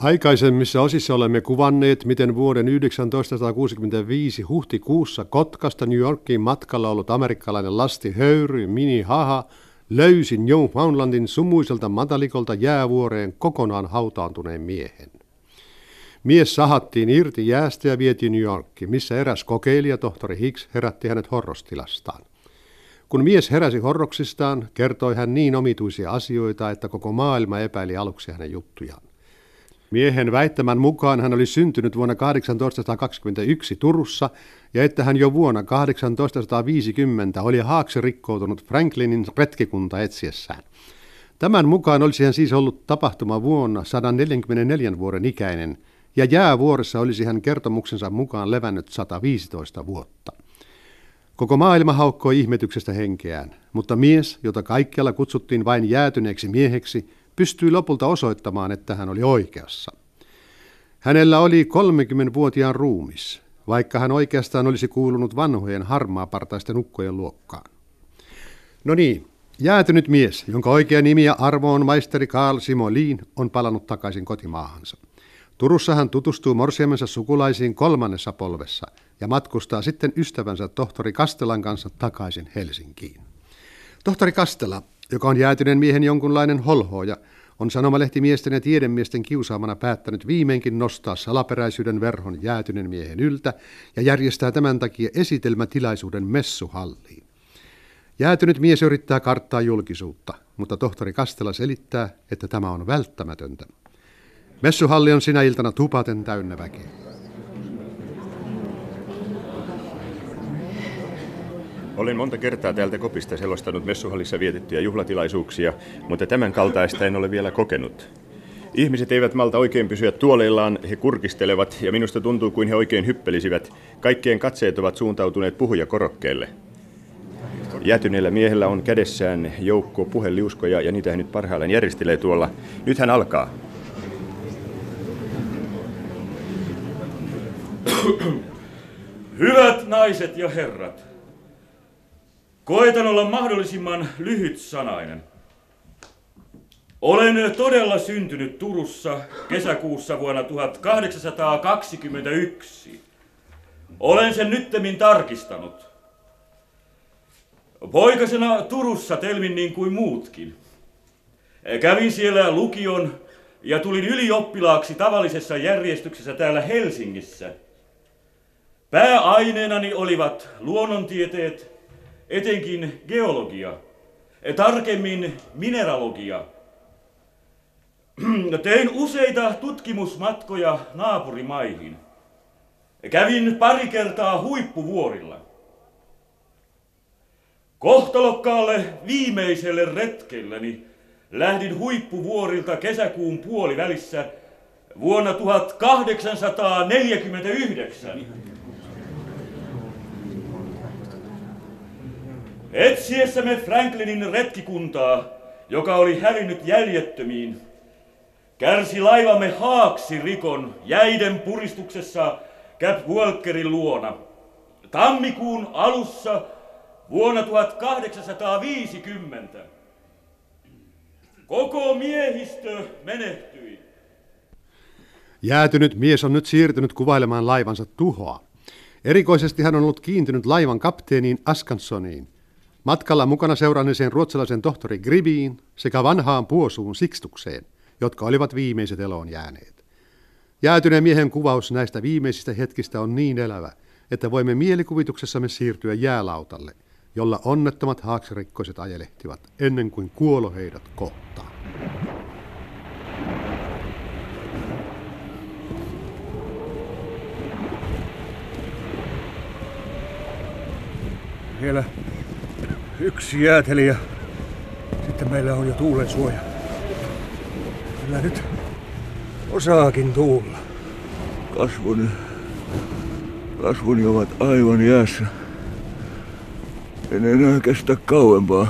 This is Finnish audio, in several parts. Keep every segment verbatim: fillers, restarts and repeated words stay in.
Aikaisemmissa osissa olemme kuvanneet, miten vuoden tuhatyhdeksänsataakuusikymmentäviisi huhtikuussa Kotkasta New Yorkiin matkalla ollut amerikkalainen lastihöyry Minnie Haha löysi Newfoundlandin sumuiselta matalikolta jäävuoreen kokonaan hautaantuneen miehen. Mies sahattiin irti jäästä ja vietiin New Yorkiin, missä eräs kokeilija, tohtori Hicks, herätti hänet horrostilastaan. Kun mies heräsi horroksistaan, kertoi hän niin omituisia asioita, että koko maailma epäili aluksi hänen juttujaan. Miehen väittämän mukaan hän oli syntynyt vuonna tuhatkahdeksansataakaksikymmentäyksi Turussa ja että hän jo vuonna tuhatkahdeksansataaviisikymmentä oli haaksi rikkoutunut Franklinin retkikunta etsiessään. Tämän mukaan olisi hän siis ollut tapahtuma vuonna sata neljäkymmentäneljä vuoden ikäinen ja jäävuoressa olisi hän kertomuksensa mukaan levännyt sata viisitoista vuotta. Koko maailma haukkoi ihmetyksestä henkeään, mutta mies, jota kaikkialla kutsuttiin vain jäätyneeksi mieheksi, pystyi lopulta osoittamaan, että hän oli oikeassa. Hänellä oli kolmekymmentävuotiaan ruumis, vaikka hän oikeastaan olisi kuulunut vanhojen harmaapartaisten ukkojen luokkaan. No niin, jäätynyt mies, jonka oikea nimi ja arvo on maisteri Carl Simolin, on palannut takaisin kotimaahansa. Turussa hän tutustuu morsiamensa sukulaisiin kolmannessa polvessa ja matkustaa sitten ystävänsä tohtori Kastelan kanssa takaisin Helsinkiin. Tohtori Kastela, joka on jäätyneen miehen jonkunlainen holhooja, on sanomalehtimiesten ja tiedemiesten kiusaamana päättänyt viimeinkin nostaa salaperäisyyden verhon jäätyneen miehen yltä ja järjestää tämän takia esitelmätilaisuuden messuhalliin. Jäätynyt mies yrittää karttaa julkisuutta, mutta tohtori Kastela selittää, että tämä on välttämätöntä. Messuhalli on sinä iltana tupaten täynnä väkeä. Olen monta kertaa täältä kopista selostanut messuhallissa vietettyjä juhlatilaisuuksia, mutta tämän kaltaista en ole vielä kokenut. Ihmiset eivät malta oikein pysyä tuoleillaan, he kurkistelevat ja minusta tuntuu kuin he oikein hyppelisivät. Kaikkien katseet ovat suuntautuneet puhujakorokkeelle. Jäätyneellä miehellä on kädessään joukko puheliuskoja ja niitä hän nyt parhaillaan järjestelee tuolla. Nyt hän alkaa. Hyvät naiset ja herrat, koetan olla mahdollisimman lyhytsanainen. Olen todella syntynyt Turussa kesäkuussa vuonna tuhatkahdeksansataakaksikymmentäyksi. Olen sen nyttemmin tarkistanut. Poikasena Turussa telmin niin kuin muutkin. Kävin siellä lukion ja tulin ylioppilaaksi tavallisessa järjestyksessä täällä Helsingissä. Pääaineenani olivat luonnontieteet, etenkin geologia, tarkemmin mineralogia. Tein useita tutkimusmatkoja naapurimaihin. Kävin pari kertaa huippuvuorilla. Kohtalokkaalle viimeiselle retkelläni lähdin huippuvuorilta kesäkuun puolivälissä vuonna tuhatkahdeksansataaneljäkymmentäyhdeksän. Etsiessämme Franklinin retkikuntaa, joka oli hävinnyt jäljettömiin, kärsi laivamme haaksirikon jäiden puristuksessa Cap Walkerin luona tammikuun alussa vuonna tuhatkahdeksansataaviisikymmentä. Koko miehistö menehtyi. Jäätynyt mies on nyt siirtynyt kuvailemaan laivansa tuhoa. Erikoisesti hän on ollut kiintynyt laivan kapteeniin Askansoniin, matkalla mukana seuranneeseen ruotsalaisen tohtori Gribiin sekä vanhaan Puosuun Sixtukseen, jotka olivat viimeiset eloon jääneet. Jäätyneen miehen kuvaus näistä viimeisistä hetkistä on niin elävä, että voimme mielikuvituksessamme siirtyä jäälautalle, jolla onnettomat haaksirikkoiset ajelehtivat ennen kuin kuolo heidät kohtaa. Vielä yksi jääteli ja sitten meillä on jo tuulen suoja. Kyllä nyt osaakin tuulla. Kasvoni, kasvoni ovat aivan jäässä. En enää kestä kauempaa.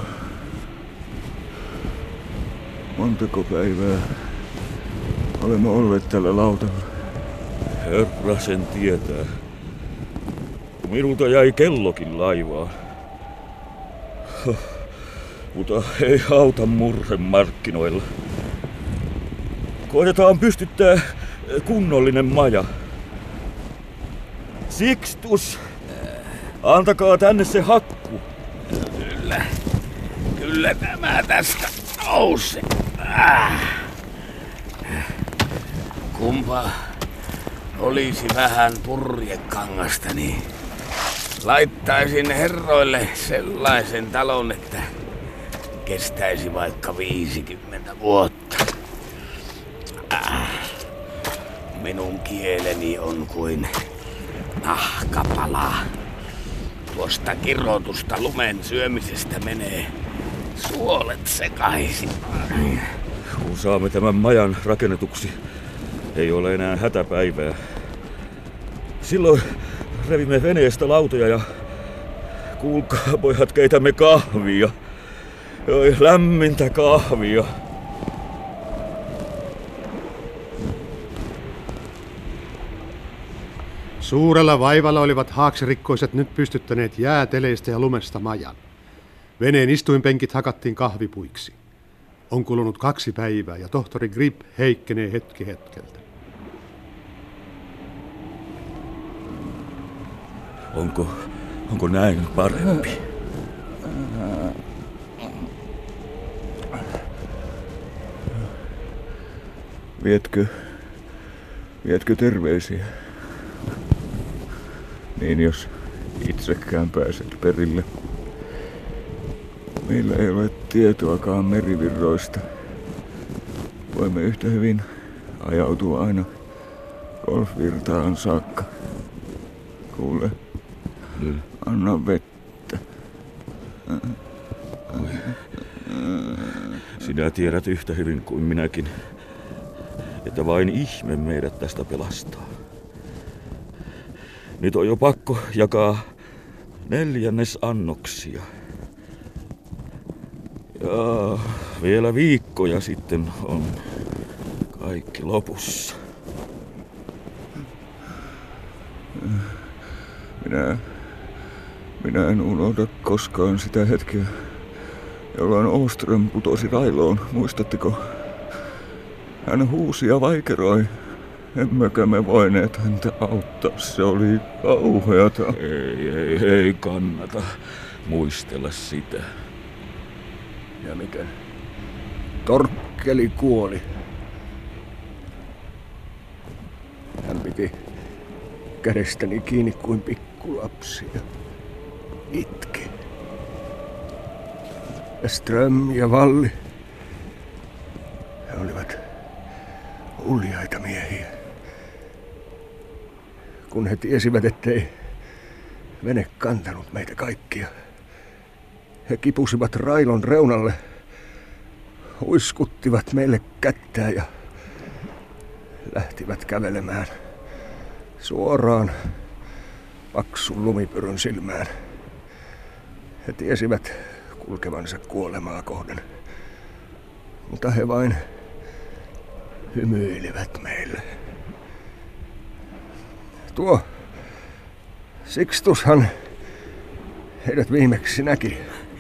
Montako päivää olemme olleet tällä lautalla? Herra sen tietää. Minulta jäi kellokin laivaan. Mutta ei auta murhe markkinoilla. Koitetaan pystyttää kunnollinen maja. Sixtus, antakaa tänne se hakku. Kyllä, kyllä tämä tästä nousee. Ah. Kumpa olisi vähän purjekangasta, niin laittaisin herroille sellaisen talon, että kestäisi vaikka viisikymmentä vuotta. Ah. Minun kieleni on kuin nahkapala. Tuosta kirrotusta lumen syömisestä menee suolet sekaisin. Kun saamme tämän majan rakennetuksi, ei ole enää hätäpäivää. Silloin revimme veneestä lautoja ja kuulkaa pojat, keitämme kahvia. Oi, lämmintä kahvia. Suurella vaivalla olivat haaksirikkoiset nyt pystyttäneet jääteleistä ja lumesta majan. Veneen istuinpenkit hakattiin kahvipuiksi. On kulunut kaksi päivää ja tohtori Grip heikkenee hetki hetkeltä. Onko, onko näin parempi? Vietkö, vietkö terveisiä? Niin jos itsekään pääset perille. Meillä ei ole tietoakaan merivirroista. Voimme yhtä hyvin ajautua aina Golfvirtaan saakka. Kuule, mm. anna vettä. Sinä tiedät yhtä hyvin kuin minäkin, että vain ihme meidät tästä pelastaa. Nyt on jo pakko jakaa neljännes annoksia. Ja vielä viikkoja sitten on kaikki lopussa. Minä, minä en unohda koskaan sitä hetkeä, jolloin Åström putosi railoon. Muistatteko? Hän huusi ja vaikeroi. Emmekö me voineet häntä auttaa? Se oli kauheata. Ei, ei, ei kannata muistella sitä. Ja miten? Torkkeli kuoli. Hän piti kädestäni kiinni kuin pikkulapsi ja itki. Ja Ström ja Valli, he olivat uljaita miehiä. Kun he tiesivät, ettei vene kantanut meitä kaikkia, he kipusivat railon reunalle, huiskuttivat meille kättää ja lähtivät kävelemään suoraan paksun lumipyryn silmään. He tiesivät kulkevansa kuolemaa kohden, mutta he vain hymyilivät meille. Tuo Sixtushan heidät viimeksi näki.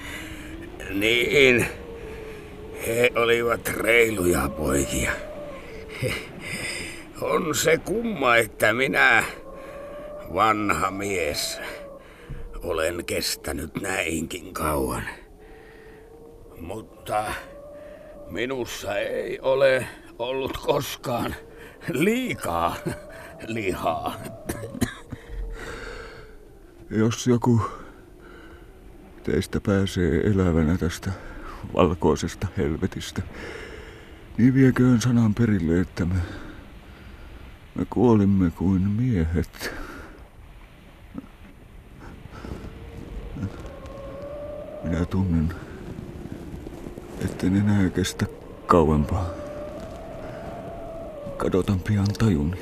Niin, he olivat reiluja poikia. On se kumma, että minä, vanha mies, olen kestänyt näinkin kauan. Mutta minussa ei ole ollut koskaan liikaa lihaa. Jos joku teistä pääsee elävänä tästä valkoisesta helvetistä, niin vieköön sanan perille, että me, me kuolimme kuin miehet. Minä tunnen, etten enää kestä kauempaa. Kadotan pian tajuni.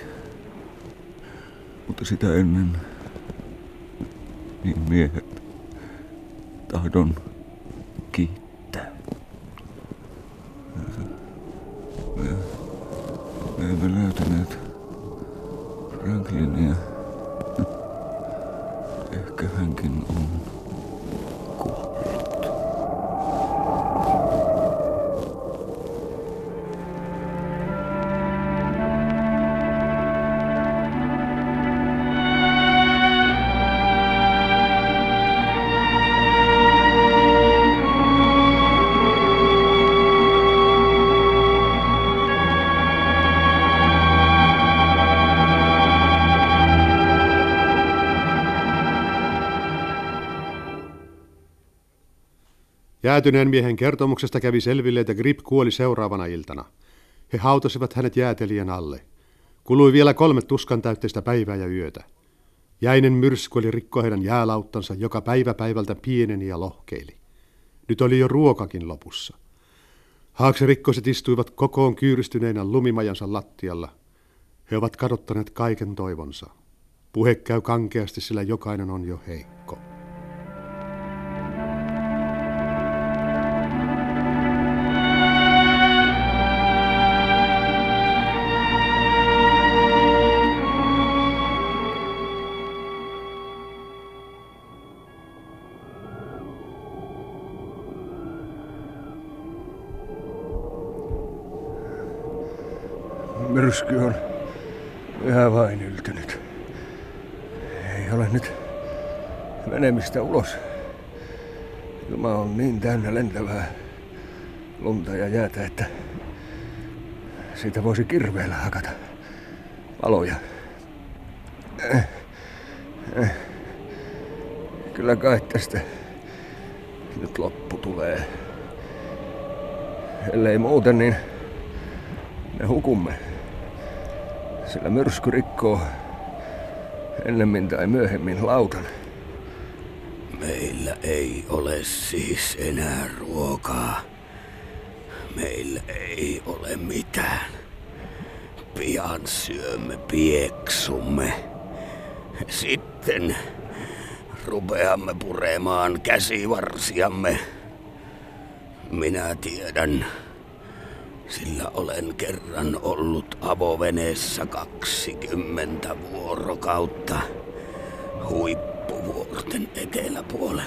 Mutta sitä ennen, niin miehet, tahdon kiittää. Me, me emme löytäneet Franklinia. Ehkä hänkin on kuollut. Jäätyneen miehen kertomuksesta kävi selville, että Grip kuoli seuraavana iltana. He hautasivat hänet jäätelijän alle. Kului vielä kolme tuskan täytteistä päivää ja yötä. Jäinen myrsky oli rikko heidän jäälauttansa, joka päivä päivältä pieneni ja lohkeili. Nyt oli jo ruokakin lopussa. Haaksirikkoiset istuivat kokoon kyyristyneinä lumimajansa lattialla. He ovat kadottaneet kaiken toivonsa. Puhe käy kankeasti, sillä jokainen on jo heikko. Myrsky on yhä vain yltynyt. Ei ole nyt menemistä ulos. Ilma on niin täynnä lentävää lunta ja jäätä, että siitä voisi kirveellä hakata paloja. Äh, äh. Kyllä kai tästä nyt loppu tulee. Ellei muuten, niin me hukumme. Sillä myrsky rikkoo ennemmin tai myöhemmin lautan. Meillä ei ole siis enää ruokaa. Meillä ei ole mitään. Pian syömme pieksumme. Sitten rupeamme puremaan käsivarsiamme. Minä tiedän, sillä olen kerran ollut avoveneessä kaksikymmentä vuorokautta huippuvuorten eteläpuolella.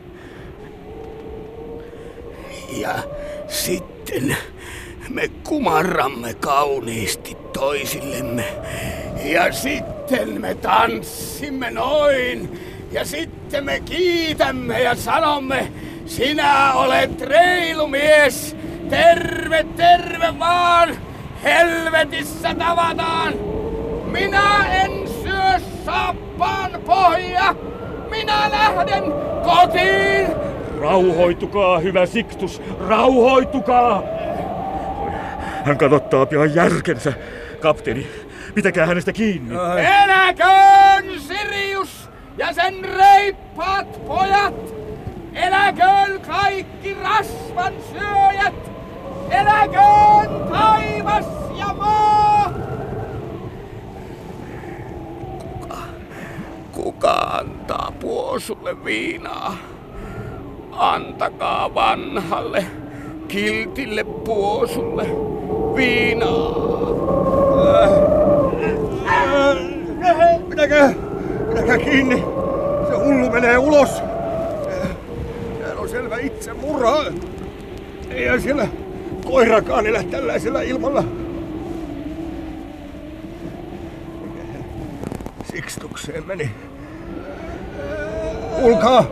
Ja sitten me kumarramme kauniisti toisillemme. Ja sitten me tanssimme noin. Ja sitten me kiitämme ja sanomme, sinä olet reilu mies. Terve, terve vaan! Helvetissä tavataan! Minä en syö saappaan pohja! Minä lähden kotiin! Rauhoitukaa, hyvä Sixtus, rauhoitukaa! Hän kadottaa pian järkensä. Kapteeni, pitäkää hänestä kiinni. Eläköön Sirius ja sen reippaat pojat! Eläköön kaikki rasvan syöjät! Eläköön taivas ja maa! Kuka, kuka antaa Puosulle viinaa? Antakaa vanhalle, kiltille Puosulle viinaa! Pitäkää, pitäkää kiinni! Se hullu menee ulos! Täällä on selvä itsemurha! Eihän siellä koirakaan elä tällaisella ilmalla. Sixtukseen meni. Kuulkaa!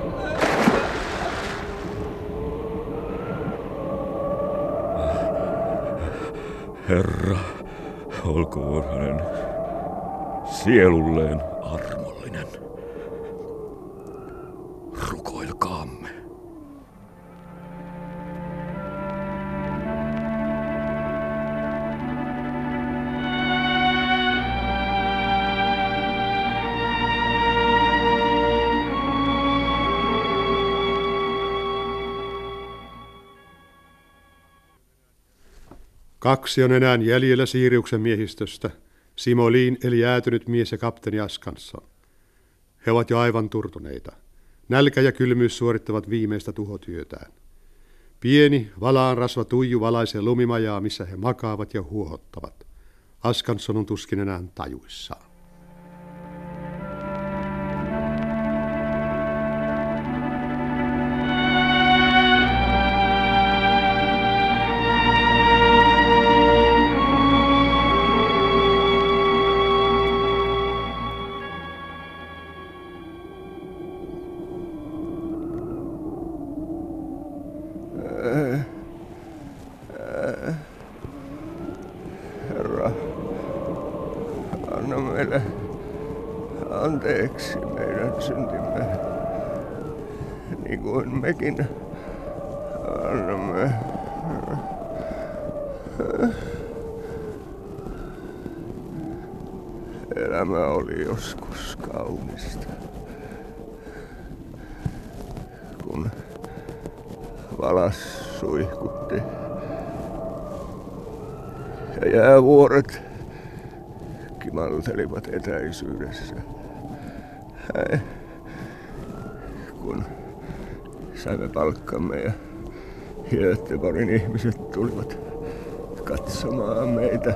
Herra, olkoon hänen sielulleen armollinen. Rukoilkaamme. Kaksi on enää jäljellä Siriuksen miehistöstä, Simoliin eli jäätynyt mies ja kapteeni Askansson. He ovat jo aivan turtuneita. Nälkä ja kylmyys suorittavat viimeistä tuhotyötään. Pieni, valaanrasva tuiju valaisee lumimajaa, missä he makaavat ja huohottavat. Askansson on tuskin enää tajuissaan. Herra, anna meille anteeksi meidän syntimme, niin kuin mekin Anna elämä oli joskus kaunista, kun valas suihkutti ja jäävuoret kimaltelivat etäisyydessä. Häi, kun saimme palkkamme ja Göteborgin ihmiset tulivat katsomaan meitä.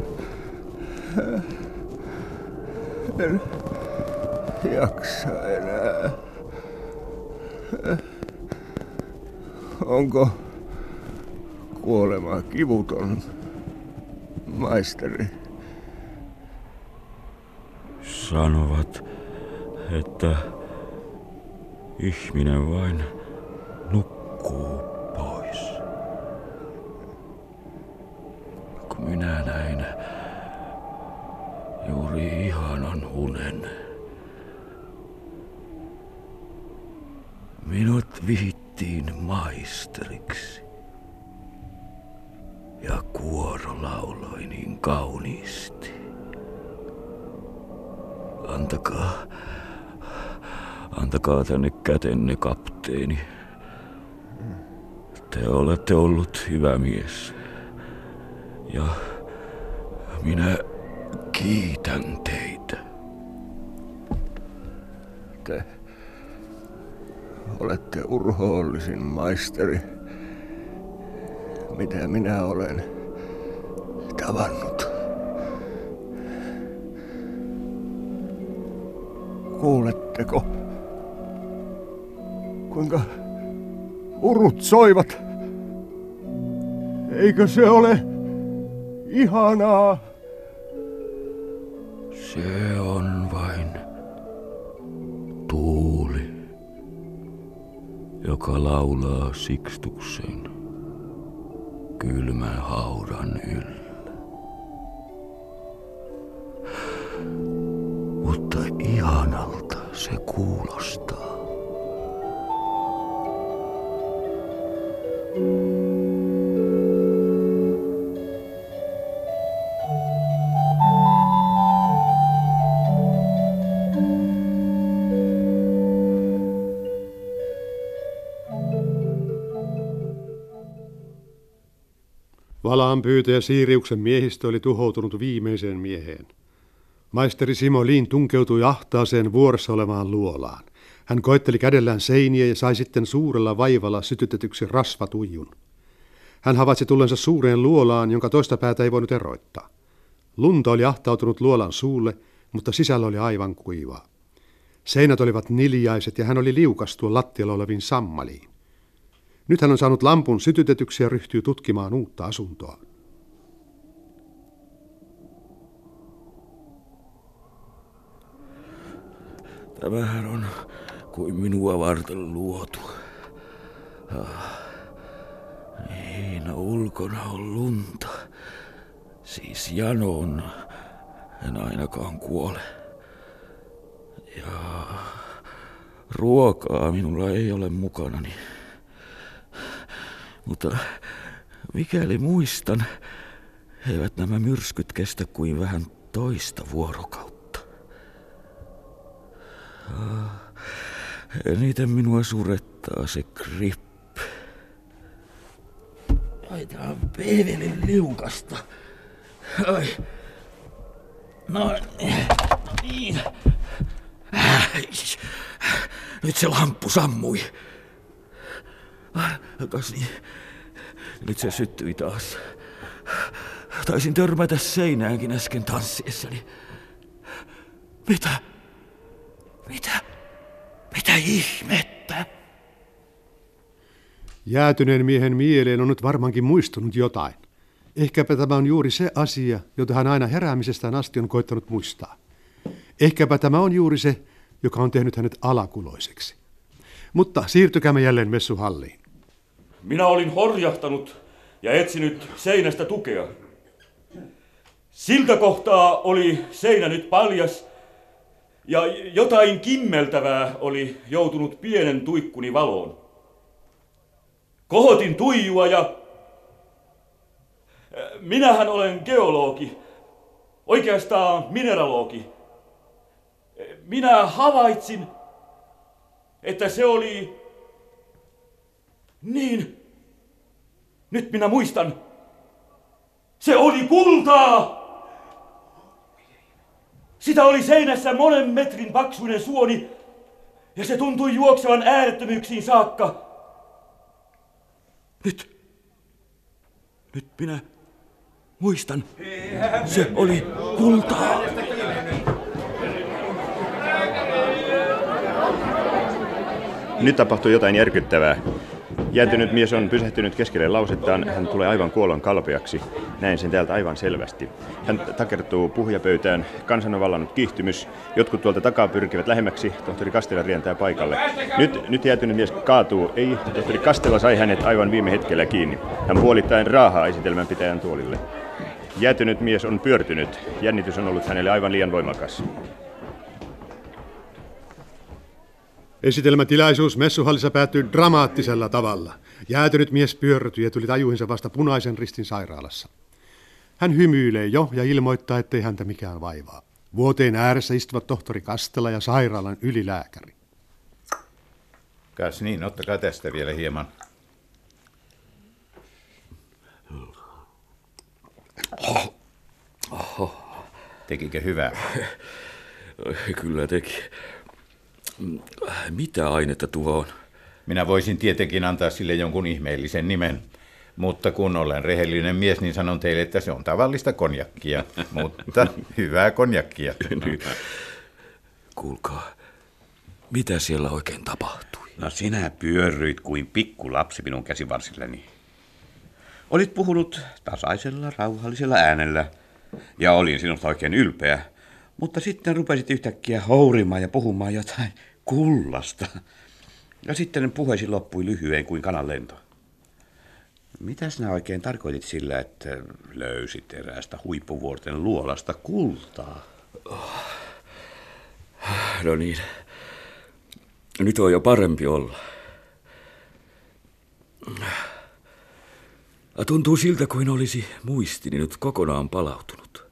En jaksa enää. Onko kuolema kivuton, maisteri? Sanovat, että ihminen vain nukkuu pois. Kun minä näin juuri ihanan unen. Minut vihittiin maisteriksi. Ja kuoro lauloi niin kauniisti. Antakaa, antakaa tänne kätenne, kapteeni. Te olette ollut hyvä mies. Ja minä kiitän teitä. Te olette urhoollisin maisteri, mitä minä olen tavannut. Kuuletteko, kuinka urut soivat? Eikö se ole ihanaa? Se on vain tuuli, joka laulaa Sixtuksen kylmän haudan yllä. Mutta ihanalta se kuulostaa. Valaanpyytäjä Siiriuksen miehistö oli tuhoutunut viimeiseen mieheen. Maisteri Simo Liin tunkeutui ahtaaseen vuorossa olevaan luolaan. Hän koetteli kädellään seiniä ja sai sitten suurella vaivalla sytytetyksi rasvatuijun. Hän havaitsi tullensa suureen luolaan, jonka toista päätä ei voinut eroittaa. Lunta oli ahtautunut luolan suulle, mutta sisällä oli aivan kuivaa. Seinät olivat niljaiset ja hän oli liukas tuon lattialla oleviin sammaliin. Nyt hän on saanut lampun sytytetyksi ja ryhtyy tutkimaan uutta asuntoa. Tämähän on kuin minua varten luotu. Niin, ulkona on lunta. Siis janoon en ainakaan kuole. Ja ruokaa minulla ei ole mukanani. Mutta mikäli muistan, eivät nämä myrskyt kestä kuin vähän toista vuorokautta. Eniten minua surettaa se grip. Ai, tää on peevelin liukasta. Ai. No niin. Nyt se lamppu sammui. Kas niin. Nyt se syttyi taas. Taisin törmätä seinäänkin äsken tanssiessani. Mitä? Mitä? Mitä ihmettä? Jäätyneen miehen mieleen on nyt varmaankin muistunut jotain. Ehkäpä tämä on juuri se asia, jota hän aina heräämisestään asti on koittanut muistaa. Ehkäpä tämä on juuri se, joka on tehnyt hänet alakuloiseksi. Mutta siirtykäämme jälleen messuhalliin. Minä olin horjahtanut ja etsinyt seinästä tukea. Siltä kohtaa oli seinä nyt paljas ja jotain kimmeltävää oli joutunut pienen tuikkuni valoon. Kohotin tuijua ja... Minähän olen geologi, oikeastaan mineralogi. Minä havaitsin, että se oli... Niin, nyt minä muistan. Se oli kultaa! Sitä oli seinässä monen metrin paksuinen suoni, ja se tuntui juoksevan äärettömyyksiin saakka. Nyt, nyt minä muistan. Se oli kultaa. Nyt tapahtui jotain järkyttävää. Jäätynyt mies on pysähtynyt keskelle lausettaan. Hän tulee aivan kuollon kalpeaksi. Näen sen täältä aivan selvästi. Hän takertuu puhujapöytään. Kansan on vallannut kiihtymys. Jotkut tuolta takaa pyrkivät lähemmäksi. Tohtori Kastela rientää paikalle. Nyt, nyt jäätynyt mies kaatuu. Ei, tohtori Kastela sai hänet aivan viime hetkellä kiinni. Hän puolittain raahaa esitelmän pitäjän tuolille. Jäätynyt mies on pyörtynyt. Jännitys on ollut hänelle aivan liian voimakas. Esitelmätilaisuus messuhallissa päättyi dramaattisella tavalla. Jäätynyt mies pyörtyi ja tuli tajuihinsa vasta Punaisen Ristin sairaalassa. Hän hymyilee jo ja ilmoittaa, ettei häntä mikään vaivaa. Vuoteen ääressä istuvat tohtori Kastela ja sairaalan ylilääkäri. Kas niin, ottakaa tästä vielä hieman. Tekikö hyvää? Kyllä teki. Mitä ainetta tuo on? Minä voisin tietenkin antaa sille jonkun ihmeellisen nimen, mutta kun olen rehellinen mies, niin sanon teille, että se on tavallista konjakkia, mutta hyvää konjakkia. Kuulkaa, mitä siellä oikein tapahtui? No sinä pyörryit kuin pikku lapsi minun käsivarsilleni. Olit puhunut tasaisella, rauhallisella äänellä ja olin sinusta oikein ylpeä, mutta sitten rupesit yhtäkkiä hourimaan ja puhumaan jotain kullasta. Ja sitten puheesi loppui lyhyen kuin kananlento. Mitä sinä oikein tarkoitit sillä, että löysit eräästä huippuvuorten luolasta kultaa? No niin, nyt on jo parempi olla. Tuntuu siltä, kuin olisi muistini nyt kokonaan palautunut.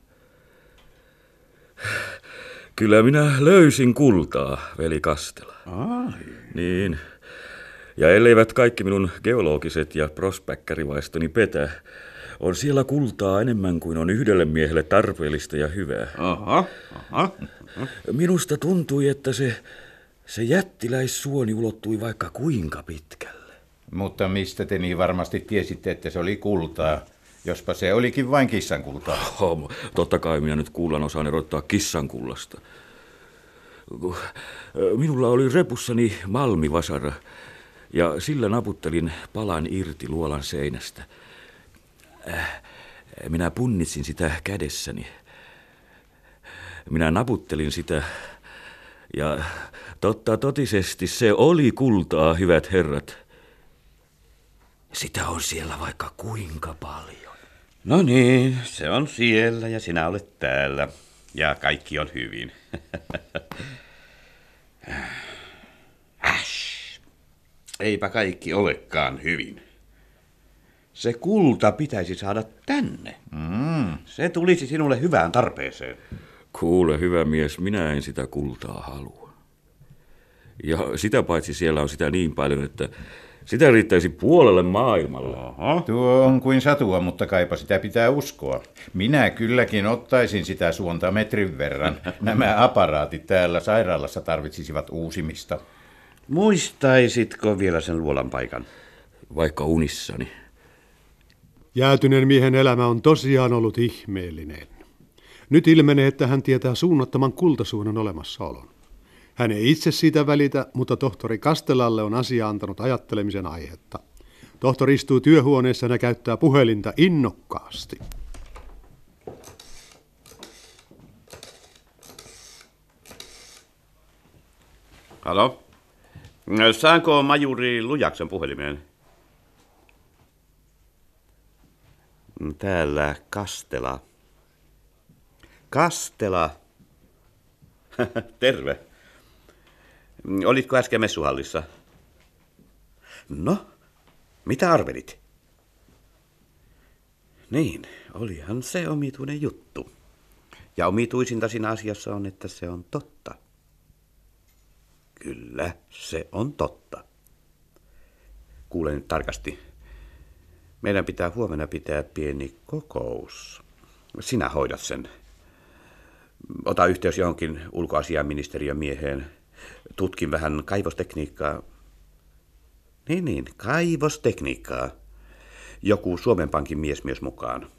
Kyllä minä löysin kultaa, veli Kastela. Ai. Niin. Ja elleivät kaikki minun geologiset ja prospekkärivaistoni petä, on siellä kultaa enemmän kuin on yhdelle miehelle tarpeellista ja hyvää. Aha, aha. Minusta tuntui, että se, se jättiläissuoni ulottui vaikka kuinka pitkälle. Mutta mistä te niin varmasti tiesitte, että se oli kultaa? Jospa se olikin vain kissankultaa. Oh, totta kai minä nyt kuullan osaan erottaa kissankullasta. Minulla oli repussani malmivasara ja sillä naputtelin palan irti luolan seinästä. Minä punnitsin sitä kädessäni. Minä naputtelin sitä ja totta totisesti se oli kultaa, hyvät herrat. Sitä on siellä vaikka kuinka paljon. No niin, se on siellä ja sinä olet täällä. Ja kaikki on hyvin. Äsh. Eipä kaikki olekaan hyvin. Se kulta pitäisi saada tänne. Mm. Se tulisi sinulle hyvään tarpeeseen. Kuule, hyvä mies, minä en sitä kultaa halua. Ja sitä paitsi siellä on sitä niin paljon, että sitä riittäisi puolelle maailmalle. Oho. Tuo on kuin satua, mutta kaipa sitä pitää uskoa. Minä kylläkin ottaisin sitä suonta metrin verran. Nämä aparaatit täällä sairaalassa tarvitsisivat uusimista. Muistaisitko vielä sen luolan paikan? Vaikka unissani. Jäätyneen miehen elämä on tosiaan ollut ihmeellinen. Nyt ilmenee, että hän tietää suunnattoman kultasuunnan olemassaolon. Hän ei itse siitä välitä, mutta tohtori Kastelalle on asia antanut ajattelemisen aihetta. Tohtori istuu työhuoneessa ja käyttää puhelinta innokkaasti. Halo? Saanko majuri Lujaksen puhelimeen? Täällä Kastela. Kastela. Terve. Olitko äsken messuhallissa? No, Mitä arvelit? Niin, olihan se omituinen juttu. Ja omituisinta siinä asiassa on, että se on totta. Kyllä, se on totta. Kuule nyt tarkasti. Meidän pitää huomenna pitää pieni kokous. Sinä hoidat sen. Ota yhteys johonkin ulkoasiainministeriön mieheen. Tutkin vähän kaivostekniikkaa. Niin, niin, kaivostekniikkaa. Joku Suomen Pankin mies myös mukaan.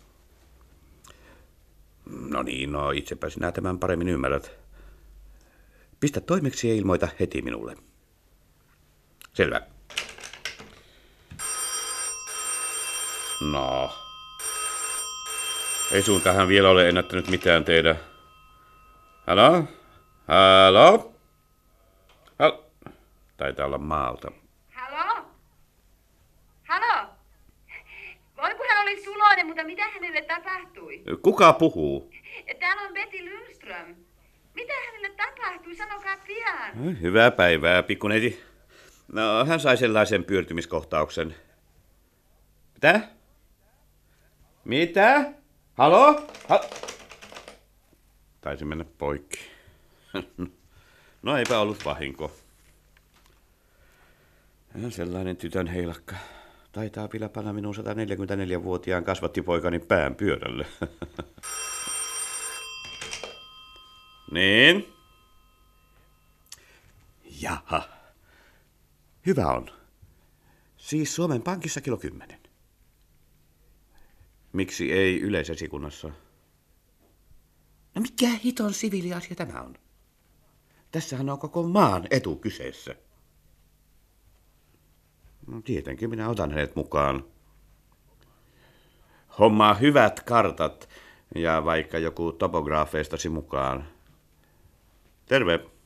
No niin, no itsepä sinä tämän paremmin ymmärrät. Pistä toimeksi ja ilmoita heti minulle. Selvä. No. Ei suinkaan hän vielä ole ennättänyt mitään tehdä. Halo? Halo? Halo? Taitaa olla maalta. Halo? Halo? Voi kun hän oli suloinen, mutta mitä hänelle tapahtui? Kuka puhuu? Täällä on Betty Lundström. Mitä hänelle tapahtui? Sanokaa pian. Hyvää päivää, pikkuneiti. No, hän sai sellaisen pyörtymiskohtauksen. Mitä? Mitä? Halo? Ha- Taisi mennä poikki. No eipä ollut vahinko. Sellainen tytön heilakka. Taitaa vielä panna minun sata neljäkymmentäneljä-vuotiaan kasvattipoikani pään pyörälle. Niin? Jaha. Hyvä on. Siis Suomen Pankissa kello kymmenen. Miksi ei yleisesikunnassa? No mikä hiton siviiliasia tämä on? Tässähän on koko maan etu kyseessä. No, tietenkin minä otan hänet mukaan. Hommaa hyvät kartat ja vaikka joku topograafeistasi mukaan. Terve.